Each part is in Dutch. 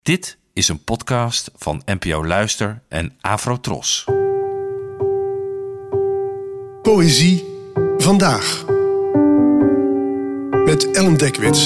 Dit is een podcast van NPO Luister en Afrotros. Poëzie vandaag. Met Ellen Dekwits.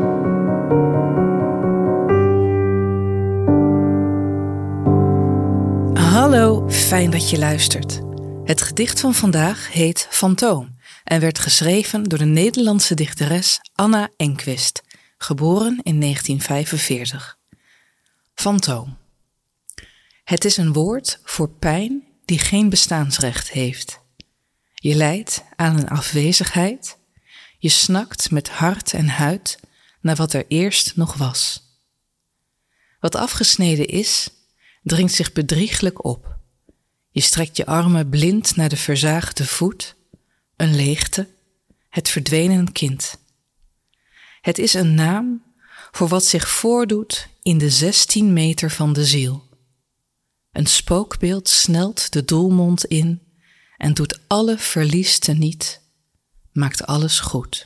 Hallo, fijn dat je luistert. Het gedicht van vandaag heet Fantoom en werd geschreven door de Nederlandse dichteres Anna Enquist, geboren in 1945. Fantoom. Het is een woord voor pijn die geen bestaansrecht heeft. Je lijdt aan een afwezigheid. Je snakt met hart en huid naar wat er eerst nog was. Wat afgesneden is, dringt zich bedrieglijk op. Je strekt je armen blind naar de verzaagde voet, een leegte, het verdwenen kind. Het is een naam voor wat zich voordoet in de 16 meter van de ziel. Een spookbeeld snelt de doelmond in en doet alle verlies teniet, maakt alles goed.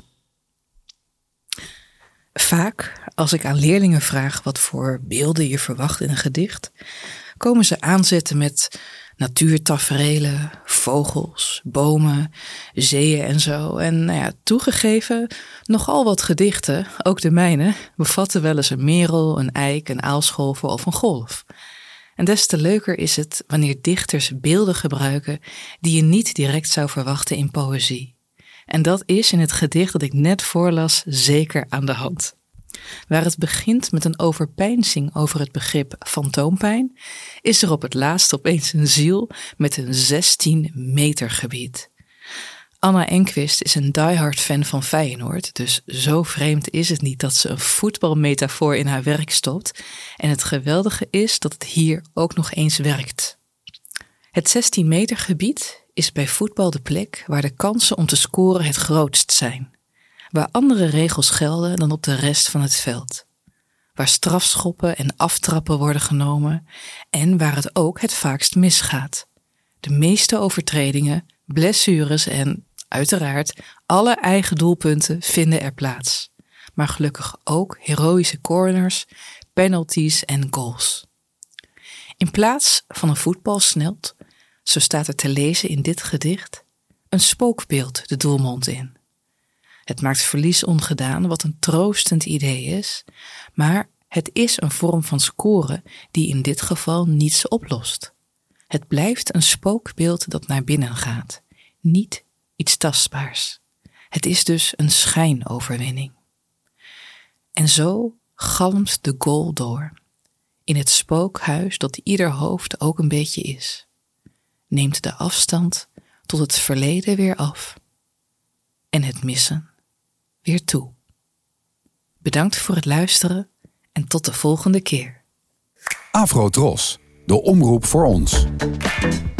Vaak, als ik aan leerlingen vraag wat voor beelden je verwacht in een gedicht, komen ze aanzetten met natuurtaferelen, vogels, bomen, zeeën en zo. En toegegeven, nogal wat gedichten, ook de mijne, bevatten wel eens een merel, een eik, een aalscholver of een golf. En des te leuker is het wanneer dichters beelden gebruiken die je niet direct zou verwachten in poëzie. En dat is in het gedicht dat ik net voorlas zeker aan de hand. Waar het begint met een overpeinzing over het begrip fantoompijn, is er op het laatst opeens een ziel met een 16 meter gebied. Anna Enquist is een diehard fan van Feyenoord, dus zo vreemd is het niet dat ze een voetbalmetafoor in haar werk stopt. En het geweldige is dat het hier ook nog eens werkt. Het 16 meter gebied is bij voetbal de plek waar de kansen om te scoren het grootst zijn. Waar andere regels gelden dan op de rest van het veld. Waar strafschoppen en aftrappen worden genomen en waar het ook het vaakst misgaat. De meeste overtredingen, blessures en, uiteraard, alle eigen doelpunten vinden er plaats. Maar gelukkig ook heroïsche corners, penalties en goals. In plaats van een voetbal snelt, zo staat er te lezen in dit gedicht, een spookbeeld de doelmond in. Het maakt verlies ongedaan, wat een troostend idee is, maar het is een vorm van scoren die in dit geval niets oplost. Het blijft een spookbeeld dat naar binnen gaat, niet iets tastbaars. Het is dus een schijnoverwinning. En zo galmt de goal door, in het spookhuis dat ieder hoofd ook een beetje is. Neemt de afstand tot het verleden weer af en het missen weer toe. Bedankt voor het luisteren en tot de volgende keer. Afrotros, de omroep voor ons.